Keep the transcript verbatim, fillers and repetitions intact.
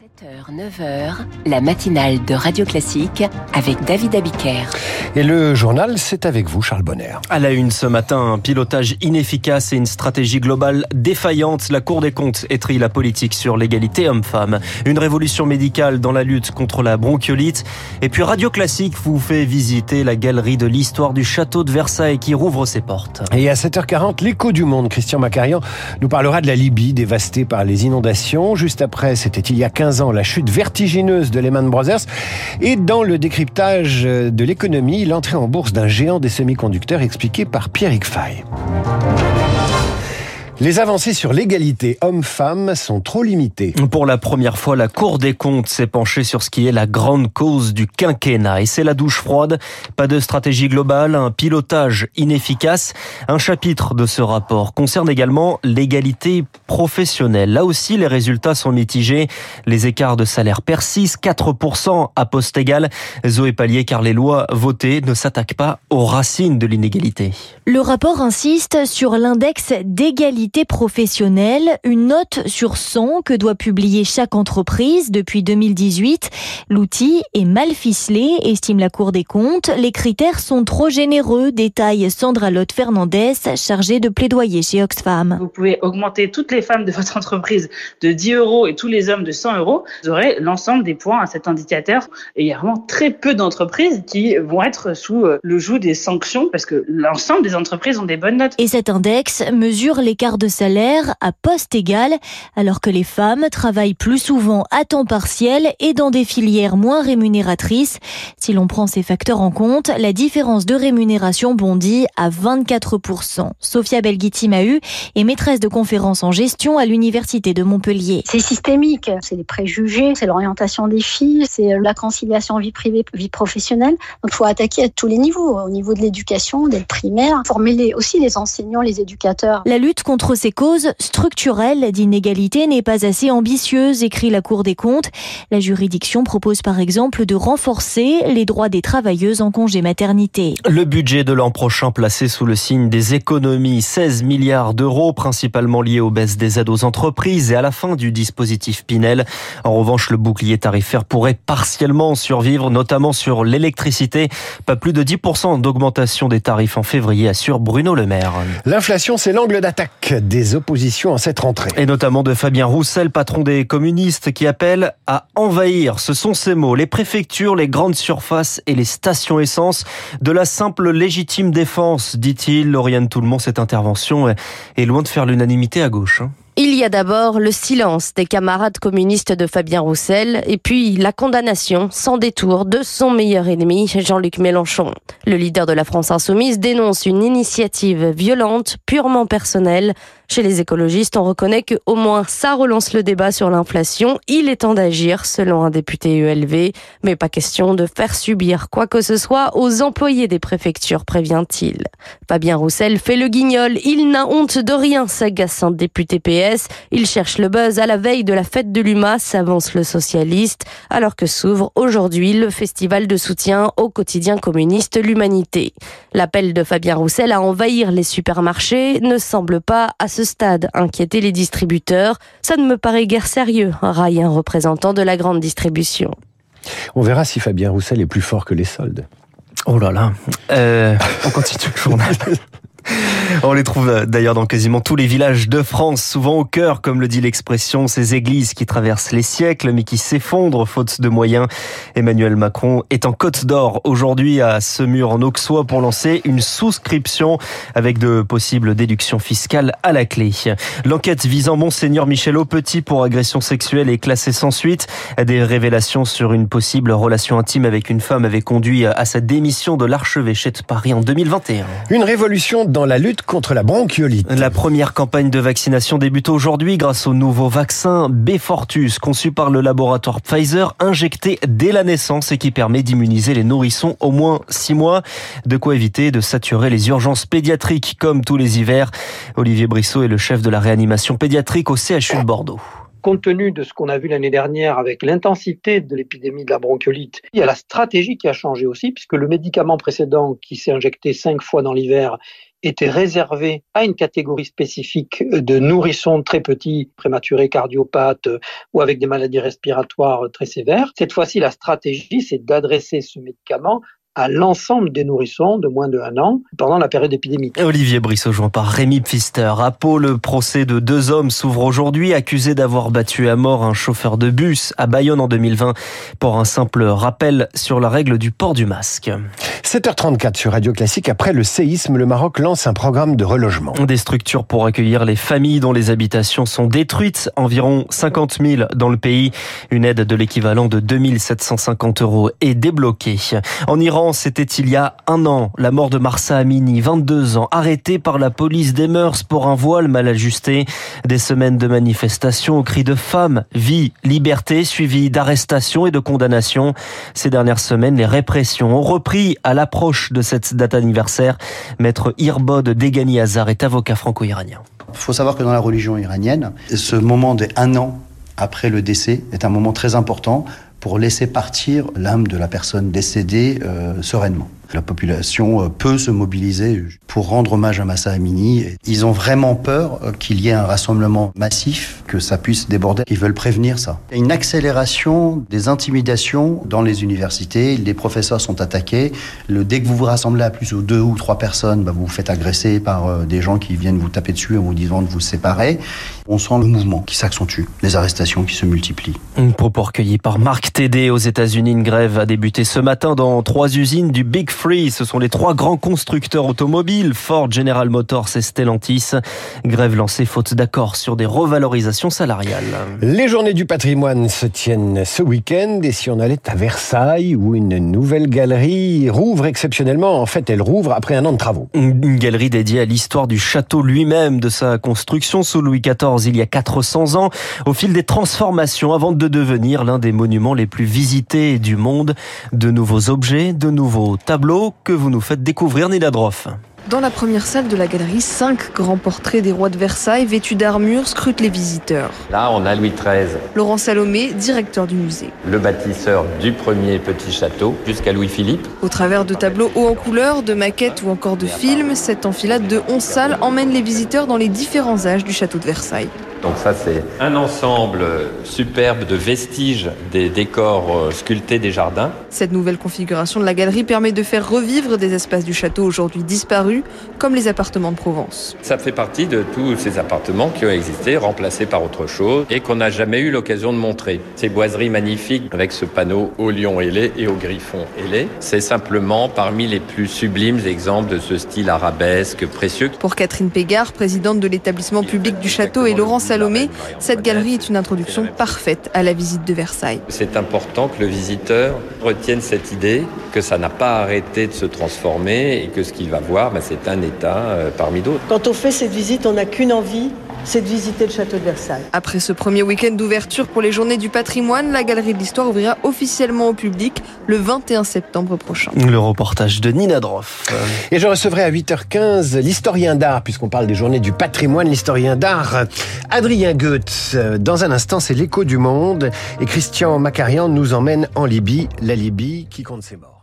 sept heures neuf heures, la matinale de Radio Classique avec David Abiker. Et le journal, c'est avec vous, Charles Bonner. À la une ce matin, un pilotage inefficace et une stratégie globale défaillante. La Cour des comptes étrille la politique sur l'égalité homme-femme. Une révolution médicale dans la lutte contre la bronchiolite. Et puis Radio Classique vous fait visiter la galerie de l'histoire du château de Versailles qui rouvre ses portes. Et à sept heures quarante, l'écho du monde. Christian Macarian nous parlera de la Libye dévastée par les inondations. Juste après, c'était il y a quinze ans, la chute vertigineuse de Lehman Brothers. Et dans le décryptage de l'économie, l'entrée en bourse d'un géant des semi-conducteurs expliqué par Pierrick Fay. Les avancées sur l'égalité homme-femme sont trop limitées. Pour la première fois, la Cour des comptes s'est penchée sur ce qui est la grande cause du quinquennat. Et c'est la douche froide. Pas de stratégie globale, un pilotage inefficace. Un chapitre de ce rapport concerne également l'égalité professionnelle. Là aussi, les résultats sont mitigés. Les écarts de salaire persistent, quatre pour cent à poste égal. Zoé Pallier, car les lois votées ne s'attaquent pas aux racines de l'inégalité. Le rapport insiste sur l'index d'égalité professionnelle, une note sur cent que doit publier chaque entreprise depuis deux mille dix-huit. L'outil est mal ficelé, estime la Cour des comptes. Les critères sont trop généreux, détaille Sandra Lotte-Fernandez, chargée de plaidoyer chez Oxfam. Vous pouvez augmenter toutes les femmes de votre entreprise de dix euros et tous les hommes de cent euros. Vous aurez l'ensemble des points à cet indicateur. Et il y a vraiment très peu d'entreprises qui vont être sous le joug des sanctions parce que l'ensemble des entreprises ont des bonnes notes. Et cet index mesure l'écart de salaire à poste égal, alors que les femmes travaillent plus souvent à temps partiel et dans des filières moins rémunératrices. Si l'on prend ces facteurs en compte, la différence de rémunération bondit à vingt-quatre pour cent. Sophia Belghiti-Mahut est maîtresse de conférences en gestion à l'Université de Montpellier. C'est systémique, c'est les préjugés, c'est l'orientation des filles, c'est la conciliation vie privée, vie professionnelle. Donc il faut attaquer à tous les niveaux, au niveau de l'éducation, dès le primaire, former les, aussi les enseignants, les éducateurs. La lutte contre ces causes structurelles d'inégalité n'est pas assez ambitieuse, écrit la Cour des comptes. La juridiction propose par exemple de renforcer les droits des travailleuses en congé maternité. Le budget de l'an prochain placé sous le signe des économies, seize milliards d'euros, principalement liés aux baisses des aides aux entreprises et à la fin du dispositif Pinel. En revanche, le bouclier tarifaire pourrait partiellement survivre, notamment sur l'électricité. Pas plus de dix pour cent d'augmentation des tarifs en février, assure Bruno Le Maire. L'inflation, c'est l'angle d'attaque des oppositions en cette rentrée. Et notamment de Fabien Roussel, patron des communistes, qui appelle à envahir, ce sont ses mots, les préfectures, les grandes surfaces et les stations essence. De la simple légitime défense, dit-il. Lauriane Toulmont, cette intervention est loin de faire l'unanimité à gauche. Il y a d'abord le silence des camarades communistes de Fabien Roussel et puis la condamnation sans détour de son meilleur ennemi, Jean-Luc Mélenchon. Le leader de la France Insoumise dénonce une initiative violente, purement personnelle. Chez les écologistes, on reconnaît que au moins ça relance le débat sur l'inflation. Il est temps d'agir, selon un député U L V, mais pas question de faire subir quoi que ce soit aux employés des préfectures, prévient-il. Fabien Roussel fait le guignol. Il n'a honte de rien, s'agace un député P S. Il cherche le buzz à la veille de la fête de l'U M A, s'avance le socialiste, alors que s'ouvre aujourd'hui le festival de soutien au quotidien communiste L'Humanité. L'appel de Fabien Roussel à envahir les supermarchés ne semble pas à ce stade inquiéter les distributeurs. Ça ne me paraît guère sérieux, raille un représentant de la grande distribution. On verra si Fabien Roussel est plus fort que les soldes. Oh là là, euh, on continue le journal. On les trouve d'ailleurs dans quasiment tous les villages de France, souvent au cœur, comme le dit l'expression, ces églises qui traversent les siècles mais qui s'effondrent faute de moyens. Emmanuel Macron est en Côte d'Or aujourd'hui à Semur en Auxois pour lancer une souscription avec de possibles déductions fiscales à la clé. L'enquête visant Monseigneur Michel Aupetit pour agression sexuelle est classée sans suite. Des révélations sur une possible relation intime avec une femme avaient conduit à sa démission de l'archevêché de Paris en deux mille vingt et un. Une révolution dans la lutte contre la bronchiolite. La première campagne de vaccination débute aujourd'hui grâce au nouveau vaccin Beyfortus, conçu par le laboratoire Pfizer, injecté dès la naissance et qui permet d'immuniser les nourrissons au moins six mois. De quoi éviter de saturer les urgences pédiatriques comme tous les hivers. Olivier Brissot est le chef de la réanimation pédiatrique au C H U de Bordeaux. compte tenu de ce qu'on a vu l'année dernière avec l'intensité de l'épidémie de la bronchiolite, il y a la stratégie qui a changé aussi, puisque le médicament précédent qui s'est injecté cinq fois dans l'hiver était réservé à une catégorie spécifique de nourrissons très petits, prématurés, cardiopathes ou avec des maladies respiratoires très sévères. Cette fois-ci, la stratégie, c'est d'adresser ce médicament à l'ensemble des nourrissons de moins de un an pendant la période épidémique. Olivier Brissot, joint par Rémi Pfister. À Pau, le procès de deux hommes s'ouvre aujourd'hui, accusés d'avoir battu à mort un chauffeur de bus à Bayonne en deux mille vingt pour un simple rappel sur la règle du port du masque. sept heures trente-quatre sur Radio Classique. Après le séisme, le Maroc lance un programme de relogement. Des structures pour accueillir les familles dont les habitations sont détruites. Environ cinquante mille dans le pays. Une aide de l'équivalent de deux mille sept cent cinquante euros est débloquée. En Iran, c'était il y a un an. La mort de Mahsa Amini, vingt-deux ans, arrêté par la police des mœurs pour un voile mal ajusté. Des semaines de manifestations au cri de femme, vie, liberté, suivies d'arrestations et de condamnations. Ces dernières semaines, les répressions ont repris à l'approche de cette date anniversaire. Maître Irbod Degani Hazar est avocat franco-iranien. Il faut savoir que dans la religion iranienne, ce moment des un an après le décès est un moment très important pour laisser partir l'âme de la personne décédée euh, sereinement. La population peut se mobiliser pour rendre hommage à Mahsa Amini. Ils ont vraiment peur qu'il y ait un rassemblement massif, que ça puisse déborder. Ils veulent prévenir ça. Il y a une accélération des intimidations dans les universités. Les professeurs sont attaqués. Le, dès que vous vous rassemblez à plus de deux ou trois personnes, bah, vous vous faites agresser par euh, des gens qui viennent vous taper dessus en vous disant de vous séparer. On sent le mouvement qui s'accentue, les arrestations qui se multiplient. Un propos recueilli par Marc Tédé aux États-Unis. Une grève a débuté ce matin dans trois usines du Big Free. Ce sont les trois grands constructeurs automobiles, Ford, General Motors et Stellantis. Grève lancée faute d'accord sur des revalorisations salariales. Les journées du patrimoine se tiennent ce week-end. Et si on allait à Versailles, où une nouvelle galerie rouvre exceptionnellement, en fait elle rouvre après un an de travaux. Une galerie dédiée à l'histoire du château lui-même, de sa construction sous Louis quatorze il y a quatre cents ans, au fil des transformations avant de devenir l'un des monuments les plus visités du monde. De nouveaux objets, de nouveaux tableaux que vous nous faites découvrir, Nida Droff. Dans la première salle de la galerie, cinq grands portraits des rois de Versailles vêtus d'armure scrutent les visiteurs. Là, on a Louis treize. Laurent Salomé, directeur du musée. Le bâtisseur du premier petit château jusqu'à Louis-Philippe. Au travers de tableaux hauts en couleurs, de maquettes ou encore de films, cette enfilade de onze salles emmène les visiteurs dans les différents âges du château de Versailles. Donc ça, c'est un ensemble superbe de vestiges des décors sculptés des jardins. Cette nouvelle configuration de la galerie permet de faire revivre des espaces du château aujourd'hui disparus, comme les appartements de Provence. Ça fait partie de tous ces appartements qui ont existé, remplacés par autre chose, et qu'on n'a jamais eu l'occasion de montrer. Ces boiseries magnifiques, avec ce panneau au lion ailé et au griffon ailé, c'est simplement parmi les plus sublimes exemples de ce style arabesque précieux. Pour Catherine Pégard, présidente de l'établissement public du château, et Laurent Salomé, cette galerie est une introduction parfaite à la visite de Versailles. C'est important que le visiteur retienne cette idée que ça n'a pas arrêté de se transformer et que ce qu'il va voir, ben, c'est un état euh, parmi d'autres. Quand on fait cette visite, on n'a qu'une envie, c'est de visiter le château de Versailles. Après ce premier week-end d'ouverture pour les journées du patrimoine, la Galerie de l'Histoire ouvrira officiellement au public le vingt et un septembre prochain. Le reportage de Nina Droff. Et je recevrai à huit heures quinze l'historien d'art, puisqu'on parle des journées du patrimoine, l'historien d'art Adrien Goetz. Dans un instant, c'est l'écho du monde et Christian Macarian nous emmène en Libye, la Libye qui compte ses morts.